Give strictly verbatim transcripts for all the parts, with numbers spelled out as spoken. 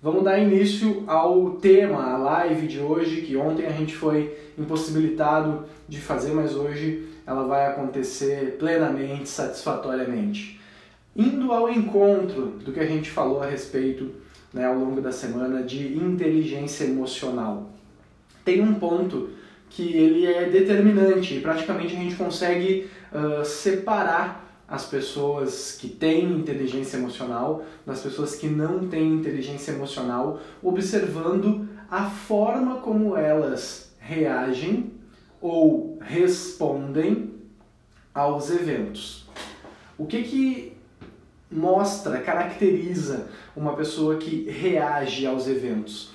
Vamos dar início ao tema, a live de hoje, que ontem a gente foi impossibilitado de fazer, mas hoje ela vai acontecer plenamente, satisfatoriamente. Indo ao encontro do que a gente falou a respeito, né, ao longo da semana de inteligência emocional. Tem um ponto que ele é determinante e praticamente a gente consegue uh, separar as pessoas que têm inteligência emocional das pessoas que não têm inteligência emocional, observando a forma como elas reagem ou respondem aos eventos. O que que mostra, caracteriza uma pessoa que reage aos eventos?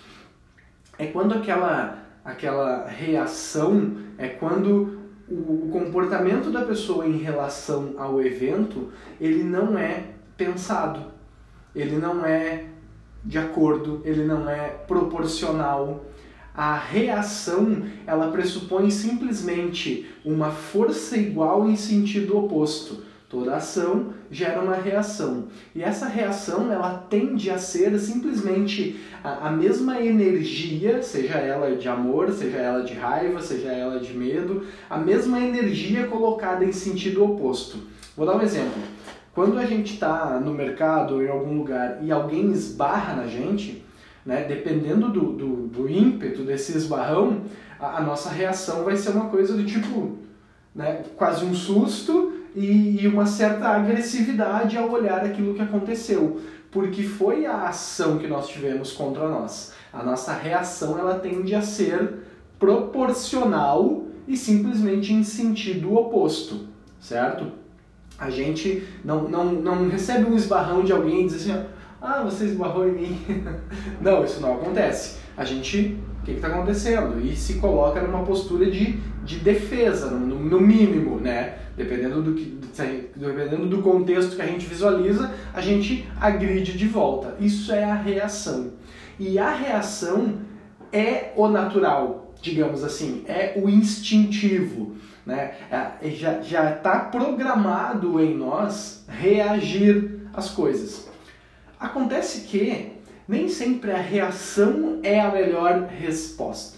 É quando aquela, aquela reação, é quando o comportamento da pessoa em relação ao evento, ele não é pensado, ele não é de acordo, ele não é proporcional. A reação, ela pressupõe simplesmente uma força igual em sentido oposto. Toda ação gera uma reação. E essa reação, ela tende a ser simplesmente a, a mesma energia, seja ela de amor, seja ela de raiva, seja ela de medo, a mesma energia colocada em sentido oposto. Vou dar um exemplo. Quando a gente está no mercado ou em algum lugar e alguém esbarra na gente, né, dependendo do, do, do ímpeto desse esbarrão, a, a nossa reação vai ser uma coisa do tipo, né, quase um susto, e uma certa agressividade ao olhar aquilo que aconteceu, porque foi a ação que nós tivemos contra nós. A nossa reação, ela tende a ser proporcional e simplesmente em sentido oposto, certo? A gente não, não, não recebe um esbarrão de alguém e diz assim, ah, você esbarrou em mim. Não, isso não acontece. A gente, o que está acontecendo? E se coloca numa postura de, de defesa, no, no mínimo, né? Dependendo do, que, dependendo do contexto que a gente visualiza, a gente agride de volta. Isso é a reação. E a reação é o natural, digamos assim, é o instintivo, né? É, já já está programado em nós reagir às coisas. Acontece que nem sempre a reação é a melhor resposta.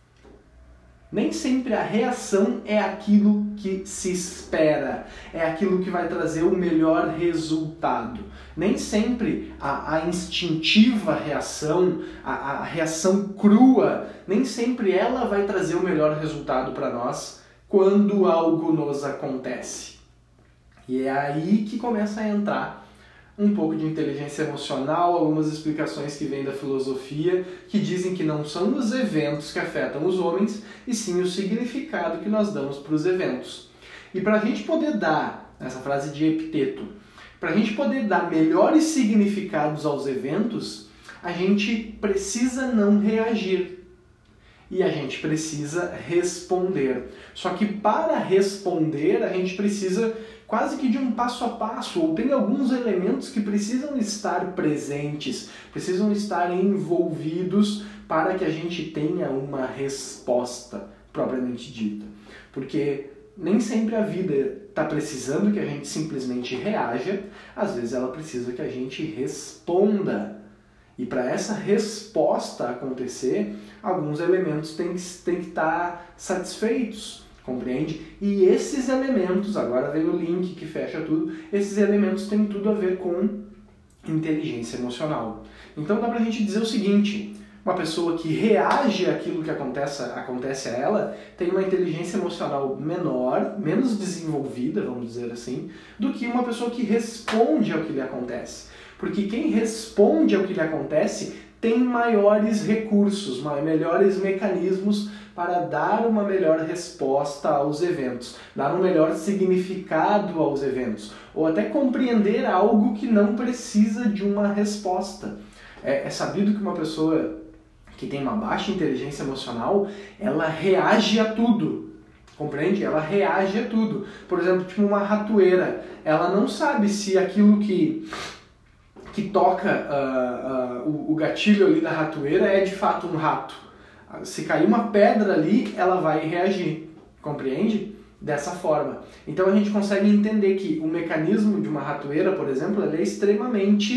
Nem sempre a reação é aquilo que se espera, é aquilo que vai trazer o melhor resultado. Nem sempre a, a instintiva reação, a, a reação crua, nem sempre ela vai trazer o melhor resultado para nós quando algo nos acontece. E é aí que começa a entrar um pouco de inteligência emocional, algumas explicações que vêm da filosofia, que dizem que não são os eventos que afetam os homens, e sim o significado que nós damos para os eventos. E para a gente poder dar, essa frase de Epiteto, para a gente poder dar melhores significados aos eventos, a gente precisa não reagir. E a gente precisa responder. Só que para responder, a gente precisa quase que de um passo a passo, ou tem alguns elementos que precisam estar presentes, precisam estar envolvidos para que a gente tenha uma resposta propriamente dita. Porque nem sempre a vida está precisando que a gente simplesmente reaja, às vezes ela precisa que a gente responda. E para essa resposta acontecer, alguns elementos têm que, têm que estar satisfeitos. Compreende? E esses elementos, agora vem o link que fecha tudo, esses elementos têm tudo a ver com inteligência emocional. Então dá pra gente dizer o seguinte, uma pessoa que reage àquilo que acontece, acontece a ela tem uma inteligência emocional menor, menos desenvolvida, vamos dizer assim, do que uma pessoa que responde ao que lhe acontece. Porque quem responde ao que lhe acontece tem maiores recursos, melhores mecanismos para dar uma melhor resposta aos eventos, dar um melhor significado aos eventos, ou até compreender algo que não precisa de uma resposta. É, é sabido que uma pessoa que tem uma baixa inteligência emocional, ela reage a tudo, compreende? Ela reage a tudo. Por exemplo, tipo uma ratoeira, ela não sabe se aquilo que... que toca uh, uh, o, o gatilho ali da ratoeira é de fato um rato. Se cair uma pedra ali, ela vai reagir, compreende? Dessa forma. Então a gente consegue entender que o mecanismo de uma ratoeira, por exemplo, ele é extremamente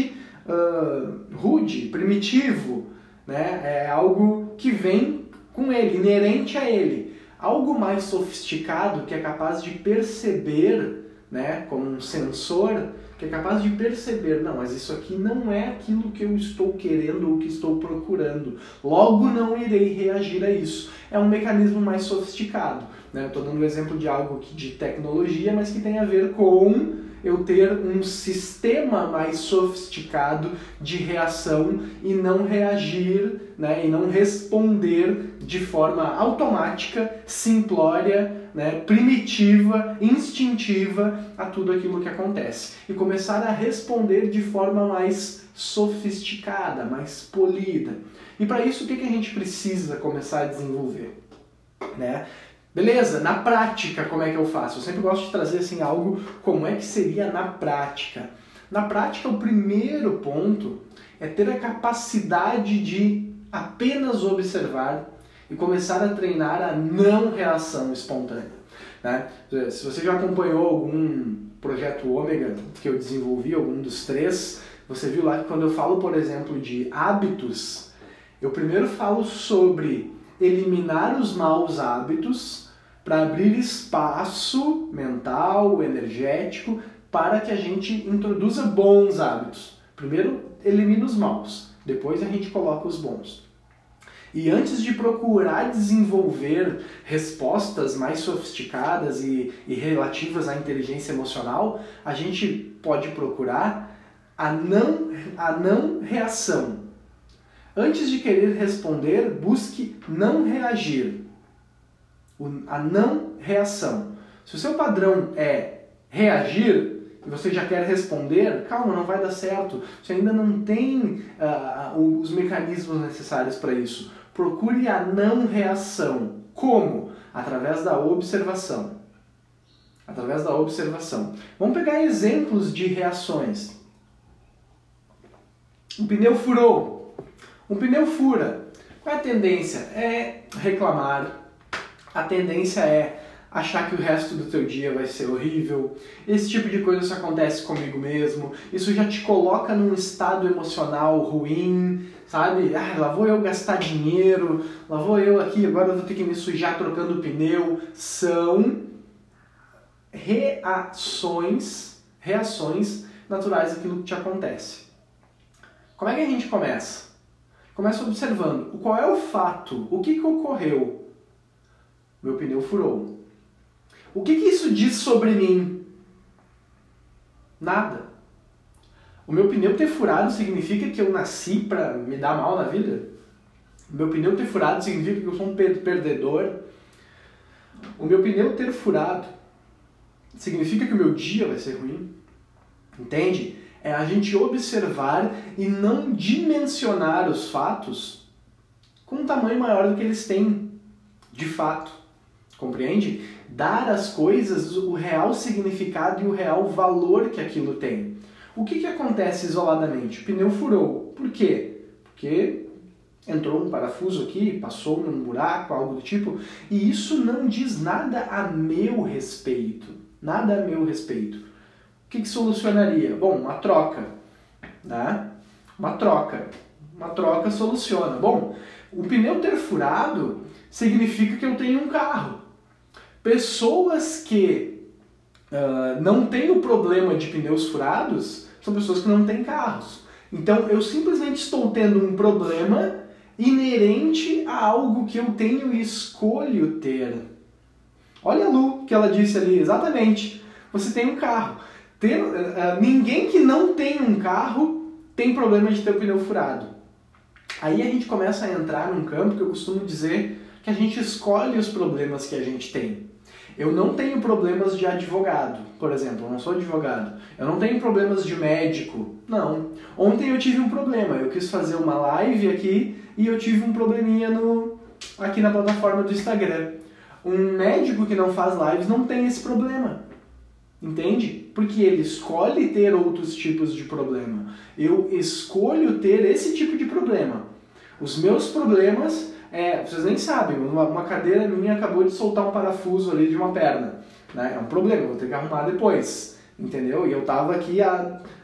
uh, rude, primitivo, né? É algo que vem com ele, inerente a ele. Algo mais sofisticado que é capaz de perceber, né, como um sensor, que é capaz de perceber, não, mas isso aqui não é aquilo que eu estou querendo ou que estou procurando. Logo não irei reagir a isso. É um mecanismo mais sofisticado. Né? Estou dando um exemplo de algo que, de tecnologia, mas que tem a ver com eu ter um sistema mais sofisticado de reação e não reagir, né, e não responder de forma automática, simplória, né, primitiva, instintiva a tudo aquilo que acontece. E começar a responder de forma mais sofisticada, mais polida. E para isso o que, que a gente precisa começar a desenvolver? Né? Beleza, na prática como é que eu faço? Eu sempre gosto de trazer assim algo como é que seria na prática. Na prática o primeiro ponto é ter a capacidade de apenas observar e começar a treinar a não reação espontânea. Né? Se você já acompanhou algum projeto Ômega que eu desenvolvi, algum dos três, você viu lá que quando eu falo, por exemplo, de hábitos, eu primeiro falo sobre eliminar os maus hábitos para abrir espaço mental, energético, para que a gente introduza bons hábitos. Primeiro elimina os maus, depois a gente coloca os bons. E antes de procurar desenvolver respostas mais sofisticadas e, e relativas à inteligência emocional, a gente pode procurar a não, a não reação. Antes de querer responder, busque não reagir. A não reação. Se o seu padrão é reagir e você já quer responder, calma, não vai dar certo. Você ainda não tem uh, os mecanismos necessários para isso. Procure a não reação. Como? Através da observação. Através da observação. Vamos pegar exemplos de reações. Um pneu furou. Um pneu fura. Qual é a tendência? É reclamar. A tendência é achar que o resto do teu dia vai ser horrível. Esse tipo de coisa só acontece comigo mesmo. Isso já te coloca num estado emocional ruim, sabe? Ah, lá vou eu gastar dinheiro, lá vou eu aqui, agora eu vou ter que me sujar trocando pneu. São reações, reações naturais daquilo que te acontece. Como é que a gente começa? Começa observando qual é o fato, o que, que ocorreu. Meu pneu furou. O que, que isso diz sobre mim? Nada. O meu pneu ter furado significa que eu nasci para me dar mal na vida? O meu pneu ter furado significa que eu sou um perdedor? O meu pneu ter furado significa que o meu dia vai ser ruim? Entende? É a gente observar e não dimensionar os fatos com um tamanho maior do que eles têm, de fato. Compreende? Dar às coisas o real significado e o real valor que aquilo tem. O que, que acontece isoladamente? O pneu furou. Por quê? Porque entrou um parafuso aqui, passou num buraco, algo do tipo, e isso não diz nada a meu respeito. Nada a meu respeito. O que, que solucionaria? Bom, uma troca. Né? Uma troca. Uma troca soluciona. Bom, o pneu ter furado significa que eu tenho um carro. Pessoas que uh, não têm o problema de pneus furados são pessoas que não têm carros. Então eu simplesmente estou tendo um problema inerente a algo que eu tenho e escolho ter. Olha a Lu, que ela disse ali, exatamente. Você tem um carro. Ter, uh, ninguém que não tem um carro tem problema de ter o pneu furado. Aí a gente começa a entrar num campo que eu costumo dizer que a gente escolhe os problemas que a gente tem. Eu não tenho problemas de advogado, por exemplo, eu não sou advogado. Eu não tenho problemas de médico, não. Ontem eu tive um problema, eu quis fazer uma live aqui e eu tive um probleminha no, aqui na plataforma do Instagram. Um médico que não faz lives não tem esse problema, entende? Porque ele escolhe ter outros tipos de problema. Eu escolho ter esse tipo de problema. Os meus problemas... É, vocês nem sabem, uma, uma cadeira minha acabou de soltar um parafuso ali de uma perna. Né? É um problema, eu vou ter que arrumar depois, entendeu? E eu tava aqui há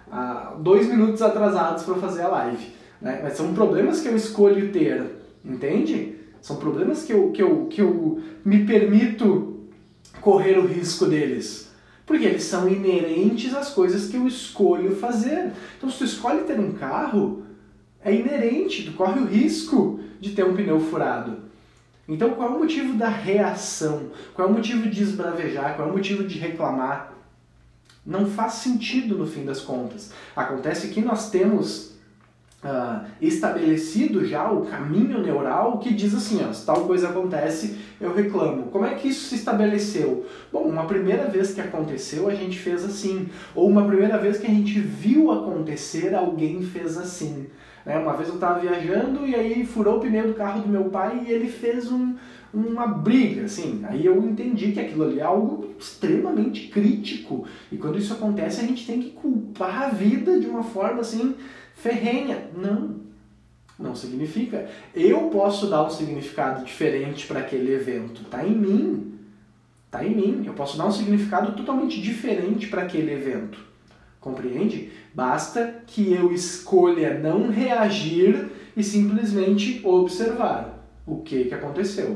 há dois minutos atrasados para fazer a live, né? Mas são problemas que eu escolho ter, entende? São problemas que eu, que eu, que eu me permito correr o risco deles. Porque eles são inerentes às coisas que eu escolho fazer. Então, se tu escolhe ter um carro, é inerente, tu corre o risco de ter um pneu furado. Então, qual é o motivo da reação? Qual é o motivo de esbravejar? Qual é o motivo de reclamar? Não faz sentido no fim das contas. Acontece que nós temos uh, estabelecido já o caminho neural que diz assim, ó, se tal coisa acontece, eu reclamo. Como é que isso se estabeleceu? Bom, uma primeira vez que aconteceu, a gente fez assim. Ou uma primeira vez que a gente viu acontecer, alguém fez assim. Né? Uma vez eu estava viajando e aí furou o pneu do carro do meu pai e ele fez um, uma briga, assim. Aí eu entendi que aquilo ali é algo extremamente crítico. E quando isso acontece, a gente tem que culpar a vida de uma forma assim ferrenha. Não. Não significa. Eu posso dar um significado diferente para aquele evento. Tá em mim. Tá em mim. Eu posso dar um significado totalmente diferente para aquele evento. Compreende? Basta que eu escolha não reagir e simplesmente observar o que, que aconteceu.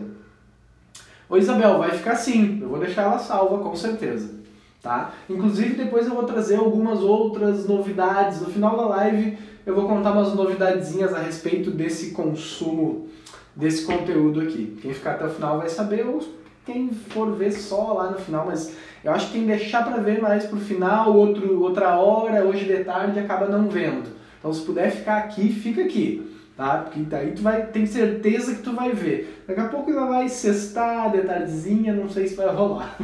Ô Isabel, vai ficar assim. Eu vou deixar ela salva, com certeza. Tá? Inclusive, depois eu vou trazer algumas outras novidades. No final da live, eu vou contar umas novidadezinhas a respeito desse consumo, desse conteúdo aqui. Quem ficar até o final vai saber, ou quem for ver só lá no final, mas eu acho que quem deixar para ver mais pro final, outro, outra hora, hoje de tarde, acaba não vendo. Então, se puder ficar aqui, fica aqui. Tá? Porque daí tu vai, tem certeza que tu vai ver. Daqui a pouco ela vai sextar, de tardezinha, não sei se vai rolar.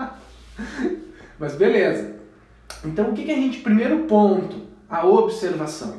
Mas beleza. Então o que, que a gente... Primeiro ponto, a observação.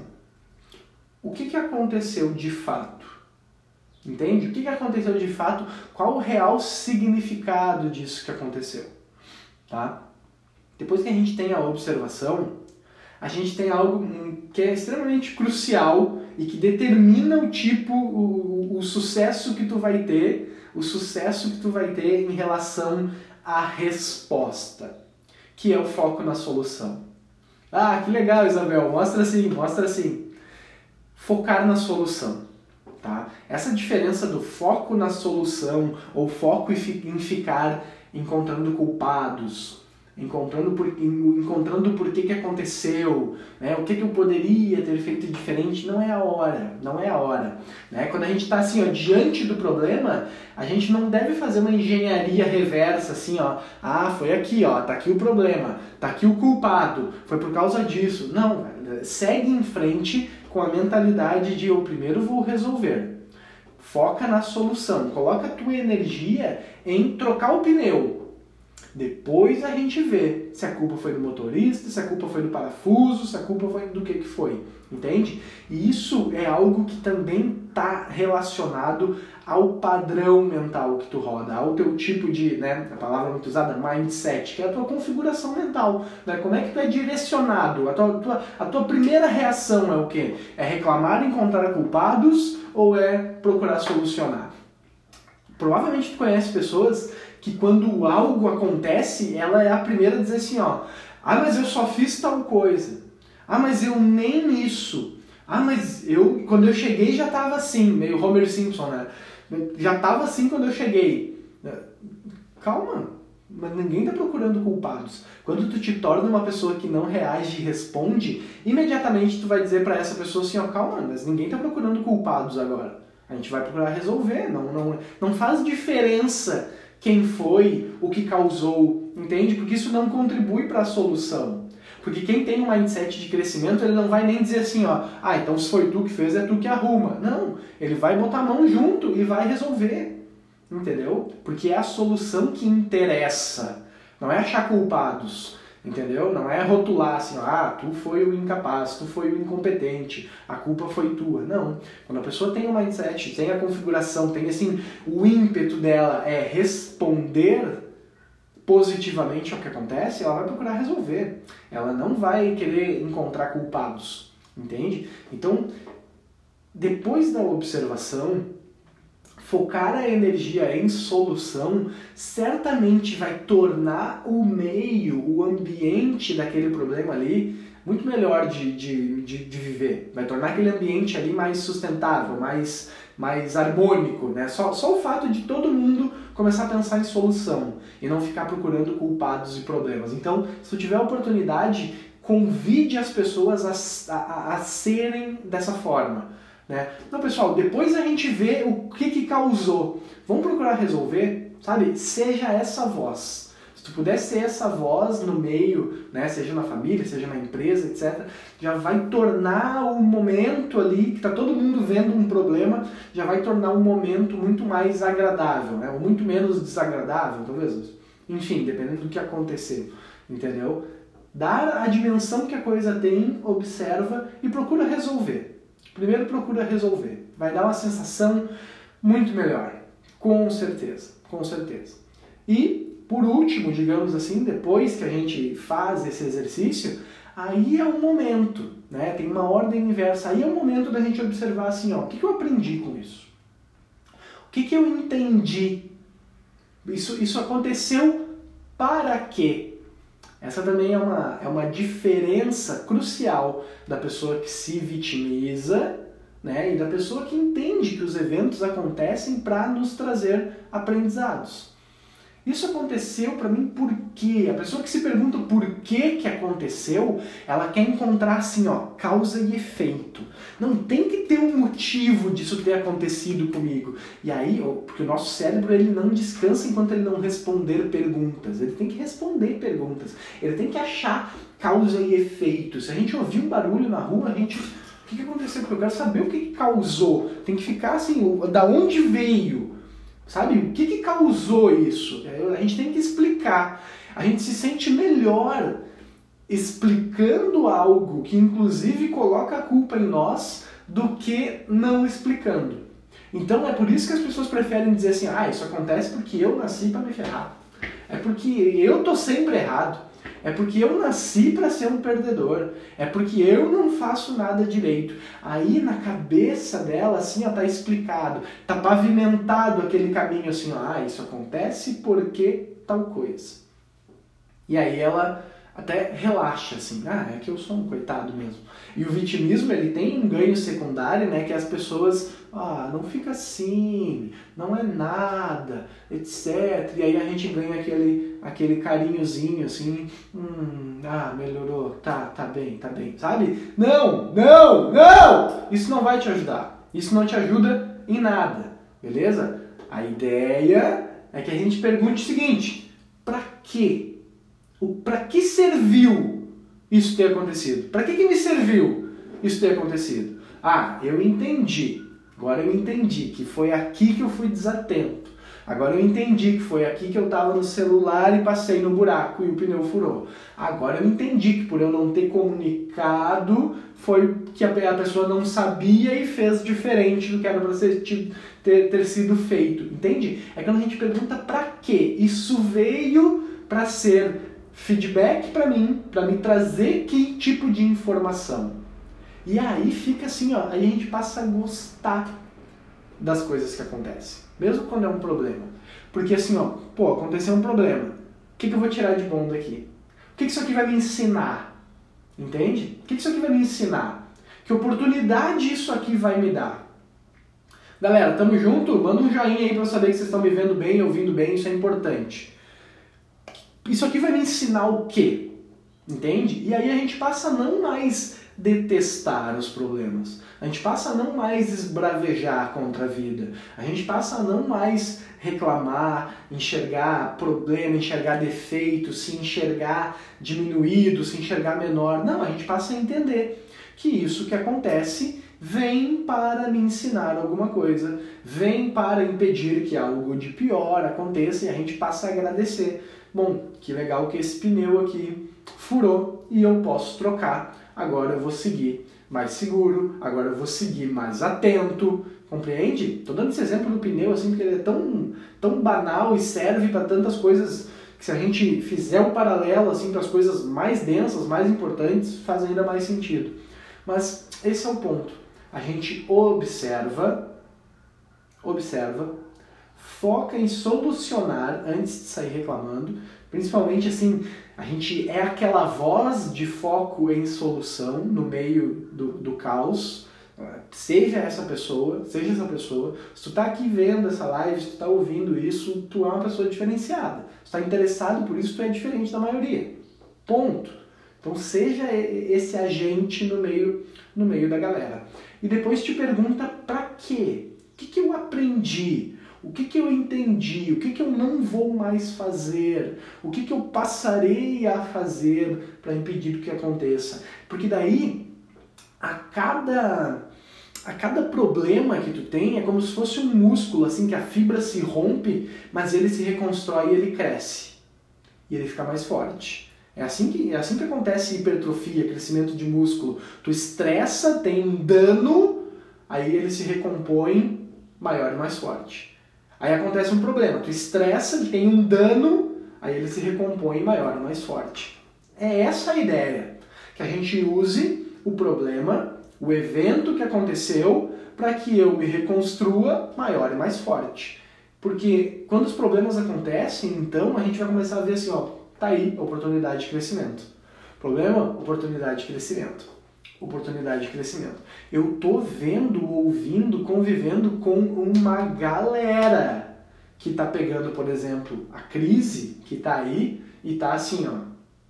O que, que aconteceu de fato? Entende? O que, que aconteceu de fato? Qual o real significado disso que aconteceu? Tá? Depois que a gente tem a observação, a gente tem algo que é extremamente crucial e que determina o tipo, o, o sucesso que tu vai ter, o sucesso que tu vai ter em relação à resposta, que é o foco na solução. Ah, que legal, Isabel, mostra assim, mostra assim. Focar na solução. Tá? Essa diferença do foco na solução ou foco em ficar encontrando culpados, encontrando por, encontrando por que, que aconteceu, né? O que, que eu poderia ter feito diferente, não é a hora, não é a hora. Né? Quando a gente está assim, ó, diante do problema, a gente não deve fazer uma engenharia reversa, assim, ó, ah, foi aqui, ó, tá aqui o problema, tá aqui o culpado, foi por causa disso. Não, segue em frente com a mentalidade de eu primeiro vou resolver. Foca na solução, coloca a tua energia em trocar o pneu. Depois a gente vê se a culpa foi do motorista, se a culpa foi do parafuso, se a culpa foi do que que foi, entende? E isso é algo que também está relacionado ao padrão mental que tu roda, ao teu tipo de, né, a palavra muito usada, mindset, que é a tua configuração mental, né? Como é que tu é direcionado? A tua, tua, a tua primeira reação é o quê? É reclamar, encontrar culpados ou é procurar solucionar? Provavelmente tu conhece pessoas que quando algo acontece, ela é a primeira a dizer assim, ó, ah, mas eu só fiz tal coisa, ah, mas eu nem isso, ah, mas eu, quando eu cheguei já tava assim, meio Homer Simpson, né, já tava assim quando eu cheguei. Calma, mas ninguém tá procurando culpados. Quando tu te torna uma pessoa que não reage e responde, imediatamente tu vai dizer pra essa pessoa assim, ó, calma, mas ninguém tá procurando culpados agora, a gente vai procurar resolver, não, não, não faz diferença quem foi, o que causou, entende? Porque isso não contribui para a solução. Porque quem tem um mindset de crescimento, ele não vai nem dizer assim, ó, ah, então se foi tu que fez, é tu que arruma. Não, ele vai botar a mão junto e vai resolver, entendeu? Porque é a solução que interessa, não é achar culpados, entendeu? Não é rotular assim, ó, ah, tu foi o incapaz, tu foi o incompetente, a culpa foi tua. Não. Quando a pessoa tem o mindset, tem a configuração, tem assim, o ímpeto dela é responder positivamente ao que acontece, ela vai procurar resolver. Ela não vai querer encontrar culpados, entende? Então, depois da observação, focar a energia em solução certamente vai tornar o meio, o ambiente daquele problema ali muito melhor de, de, de, de viver. Vai tornar aquele ambiente ali mais sustentável, mais, mais harmônico, né? Só, só o fato de todo mundo começar a pensar em solução e não ficar procurando culpados e problemas. Então, se tu tiver a oportunidade, convide as pessoas a, a, a serem dessa forma, né? Então, pessoal, depois a gente vê o que, que causou. Vamos procurar resolver, sabe? Seja essa voz. Se tu puder ser essa voz no meio, né, seja na família, seja na empresa, etcétera, já vai tornar o momento ali, que está todo mundo vendo um problema, já vai tornar um momento muito mais agradável, né, ou muito menos desagradável, talvez. Enfim, dependendo do que acontecer, entendeu? Dar a dimensão que a coisa tem, observa e procura resolver. Primeiro procura resolver. Vai dar uma sensação muito melhor, com certeza, com certeza. E por último, digamos assim, depois que a gente faz esse exercício, aí é o momento, né? Tem uma ordem inversa, aí é o momento da gente observar assim, ó, o que, que eu aprendi com isso? O que, que eu entendi? Isso, isso aconteceu para quê? Essa também é uma, é uma diferença crucial da pessoa que se vitimiza, né? E da pessoa que entende que os eventos acontecem para nos trazer aprendizados. Isso aconteceu para mim por quê? A pessoa que se pergunta por que que aconteceu, ela quer encontrar assim, ó, causa e efeito. Não tem que ter um motivo disso ter acontecido comigo. E aí, porque o nosso cérebro ele não descansa enquanto ele não responder perguntas. Ele tem que responder perguntas. Ele tem que achar causa e efeito. Se a gente ouvir um barulho na rua, a gente... O que que aconteceu? Porque eu quero saber o que que causou. Tem que ficar assim, da onde veio? Sabe, o que que causou isso? A gente tem que explicar. A gente se sente melhor explicando algo que inclusive coloca a culpa em nós do que não explicando. Então é por isso que as pessoas preferem dizer assim, ah, isso acontece porque eu nasci para me ferrar. É porque eu tô sempre errado. É porque eu nasci para ser um perdedor. É porque eu não faço nada direito. Aí na cabeça dela, assim, ó, tá explicado. Tá pavimentado aquele caminho assim, ó, ah, isso acontece porque tal coisa. E aí ela até relaxa, assim, ah, é que eu sou um coitado mesmo. E o vitimismo, ele tem um ganho secundário, né, que as pessoas, ah, não fica assim, não é nada, etcétera. E aí a gente ganha aquele, aquele carinhozinho, assim, hum, ah, melhorou, tá, tá bem, tá bem, sabe? Não, não, não! Isso não vai te ajudar. Isso não te ajuda em nada, beleza? A ideia é que a gente pergunte o seguinte, pra quê? Para que serviu isso ter acontecido? Para que, que me serviu isso ter acontecido? Ah, eu entendi. Agora eu entendi que foi aqui que eu fui desatento. Agora eu entendi que foi aqui que eu estava no celular e passei no buraco e o pneu furou. Agora eu entendi que por eu não ter comunicado foi que a pessoa não sabia e fez diferente do que era para ter, ter sido feito. Entende? É quando a gente pergunta para quê? Isso veio para ser feedback para mim, para me trazer que tipo de informação. E aí fica assim, ó, aí a gente passa a gostar das coisas que acontecem, mesmo quando é um problema. Porque assim, ó, pô, aconteceu um problema, o que, que eu vou tirar de bom daqui? O que, que isso aqui vai me ensinar? Entende? O que, que isso aqui vai me ensinar? Que oportunidade isso aqui vai me dar? Galera, tamo junto? Manda um joinha aí para eu saber que vocês estão me vendo bem, ouvindo bem, isso é importante. Isso aqui vai me ensinar o quê? Entende? E aí a gente passa a não mais detestar os problemas. A gente passa a não mais esbravejar contra a vida. A gente passa a não mais reclamar, enxergar problema, enxergar defeito, se enxergar diminuído, se enxergar menor. Não, a gente passa a entender que isso que acontece vem para me ensinar alguma coisa, vem para impedir que algo de pior aconteça e a gente passa a agradecer. Bom, que legal que esse pneu aqui furou e eu posso trocar. Agora eu vou seguir mais seguro, agora eu vou seguir mais atento. Compreende? Estou dando esse exemplo do pneu assim porque ele é tão, tão banal e serve para tantas coisas que se a gente fizer um paralelo assim para as coisas mais densas, mais importantes, faz ainda mais sentido. Mas esse é o ponto. A gente observa, observa, foca em solucionar antes de sair reclamando. Principalmente assim, a gente é aquela voz de foco em solução no meio do, do caos. Seja essa pessoa, seja essa pessoa. Se tu tá aqui vendo essa live, se tu tá ouvindo isso, tu é uma pessoa diferenciada. Se tu tá interessado por isso, tu é diferente da maioria. Ponto. Então seja esse agente no meio, no meio da galera. E depois te pergunta pra quê? O que, que eu aprendi? O que, que eu entendi? O que, que eu não vou mais fazer? O que, que eu passarei a fazer para impedir que aconteça? Porque daí, a cada, a cada problema que tu tem é como se fosse um músculo, assim, que a fibra se rompe, mas ele se reconstrói e ele cresce. E ele fica mais forte. É assim que, é assim que acontece hipertrofia, crescimento de músculo. Tu estressa, tem um dano, aí ele se recompõe maior e mais forte. Aí acontece um problema, tu estressa, tem um dano, aí ele se recompõe maior e mais forte. É essa a ideia, que a gente use o problema, o evento que aconteceu, para que eu me reconstrua maior e mais forte. Porque quando os problemas acontecem, então a gente vai começar a ver assim, ó, tá aí a oportunidade de crescimento. Problema, oportunidade de crescimento. Oportunidade de crescimento. Eu tô vendo, ouvindo, convivendo com uma galera que tá pegando, por exemplo, a crise que tá aí e tá assim, ó,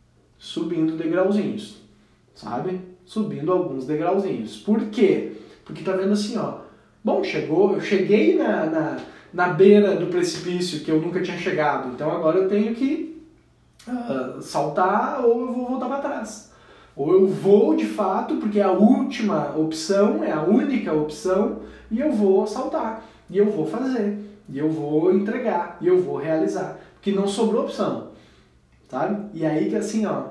subindo degrauzinhos, sabe? Subindo alguns degrauzinhos. Por quê? Porque tá vendo assim, ó, bom, chegou, eu cheguei na, na, na beira do precipício que eu nunca tinha chegado, então agora eu tenho que uh, saltar ou eu vou voltar para trás. Ou eu vou de fato, porque é a última opção, é a única opção, e eu vou saltar, e eu vou fazer, e eu vou entregar, e eu vou realizar. Porque não sobrou opção, sabe? E aí que assim, ó,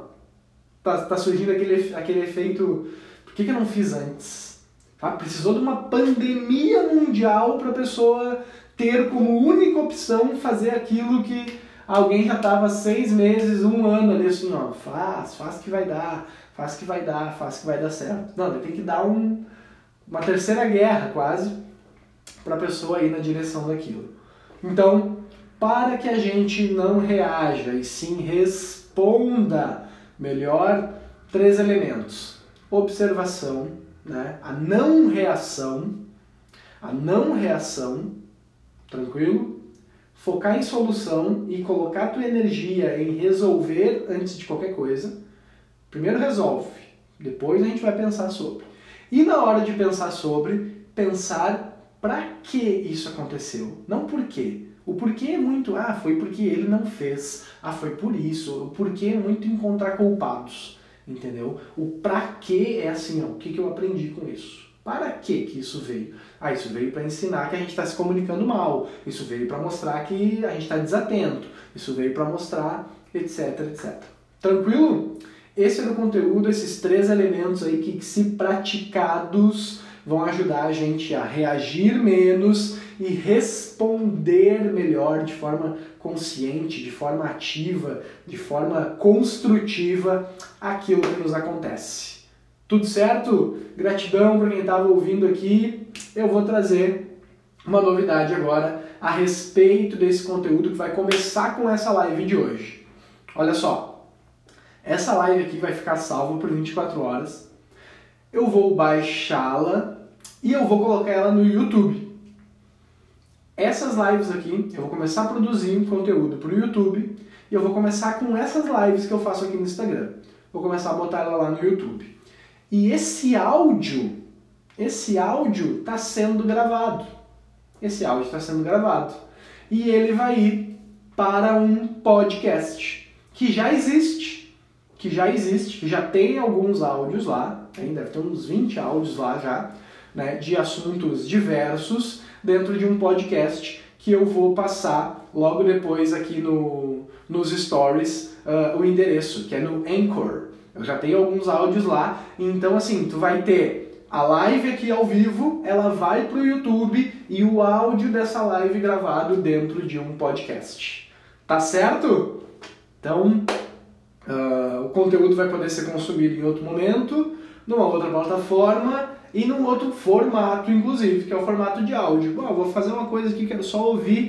tá, tá surgindo aquele, aquele efeito, por que que eu não fiz antes? Tá? Precisou de uma pandemia mundial para a pessoa ter como única opção fazer aquilo que alguém já estava seis meses, um ano ali assim, ó, faz, faz que vai dar, faz que vai dar, faz que vai dar certo. Não, tem que dar um, uma terceira guerra quase para a pessoa ir na direção daquilo. Então, para que a gente não reaja e sim responda melhor, três elementos. Observação, né? A não reação, a não reação, tranquilo? Focar em solução e colocar tua energia em resolver antes de qualquer coisa. Primeiro resolve, depois a gente vai pensar sobre. E na hora de pensar sobre, pensar para que isso aconteceu, não por quê. O porquê é muito, ah, foi porque ele não fez, ah, foi por isso. O porquê é muito encontrar culpados, entendeu? O pra que é assim, ó, o que, que eu aprendi com isso? Para que que isso veio? Ah, isso veio para ensinar que a gente está se comunicando mal. Isso veio para mostrar que a gente está desatento. Isso veio para mostrar, etc, etcétera. Tranquilo? Esse é o conteúdo, esses três elementos aí que, se praticados, vão ajudar a gente a reagir menos e responder melhor de forma consciente, de forma ativa, de forma construtiva àquilo que nos acontece. Tudo certo? Gratidão para quem estava ouvindo aqui. Eu vou trazer uma novidade agora a respeito desse conteúdo que vai começar com essa live de hoje. Olha só, essa live aqui vai ficar salva por vinte e quatro horas. Eu vou baixá-la e eu vou colocar ela no YouTube. Essas lives aqui, eu vou começar a produzir um conteúdo para o YouTube e eu vou começar com essas lives que eu faço aqui no Instagram. Vou começar a botar ela lá no YouTube. E esse áudio, esse áudio está sendo gravado. Esse áudio está sendo gravado. E ele vai ir para um podcast que já existe. Que já existe, que já tem alguns áudios lá, ainda deve ter uns vinte áudios lá já, né, de assuntos diversos dentro de um podcast que eu vou passar logo depois aqui no, nos stories uh, o endereço, que é no Anchor. Eu já tenho alguns áudios lá, então assim, tu vai ter a live aqui ao vivo, ela vai pro YouTube e o áudio dessa live gravado dentro de um podcast. Tá certo? Então, uh, o conteúdo vai poder ser consumido em outro momento, numa outra plataforma e num outro formato, inclusive, que é o formato de áudio. Bom, eu vou fazer uma coisa aqui, quero só ouvir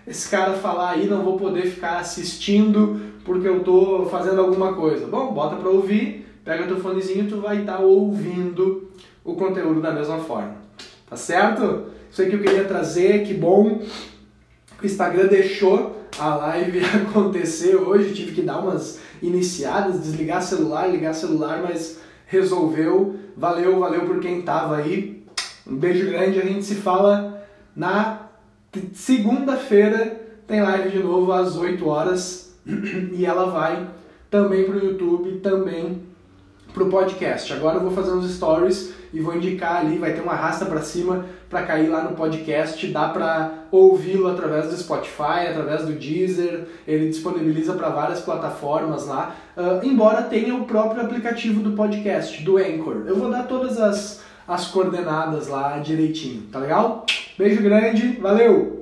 esse cara falar aí, não vou poder ficar assistindo porque eu tô fazendo alguma coisa. Bom, bota pra ouvir, pega teu fonezinho e tu vai estar ouvindo o conteúdo da mesma forma. Tá certo? Isso aí que eu queria trazer, que bom. O Instagram deixou a live acontecer hoje, tive que dar umas iniciadas, desligar celular, ligar celular, mas resolveu. Valeu, valeu por quem tava aí. Um beijo grande, a gente se fala na segunda-feira, tem live de novo às oito horas e ela vai também pro YouTube, também pro podcast. Agora eu vou fazer uns stories e vou indicar ali, vai ter uma arrasta para cima para cair lá no podcast, dá para ouvi-lo através do Spotify, através do Deezer, ele disponibiliza para várias plataformas lá, uh, embora tenha o próprio aplicativo do podcast, do Anchor. Eu vou dar todas as, as coordenadas lá direitinho, tá legal? Beijo grande, valeu!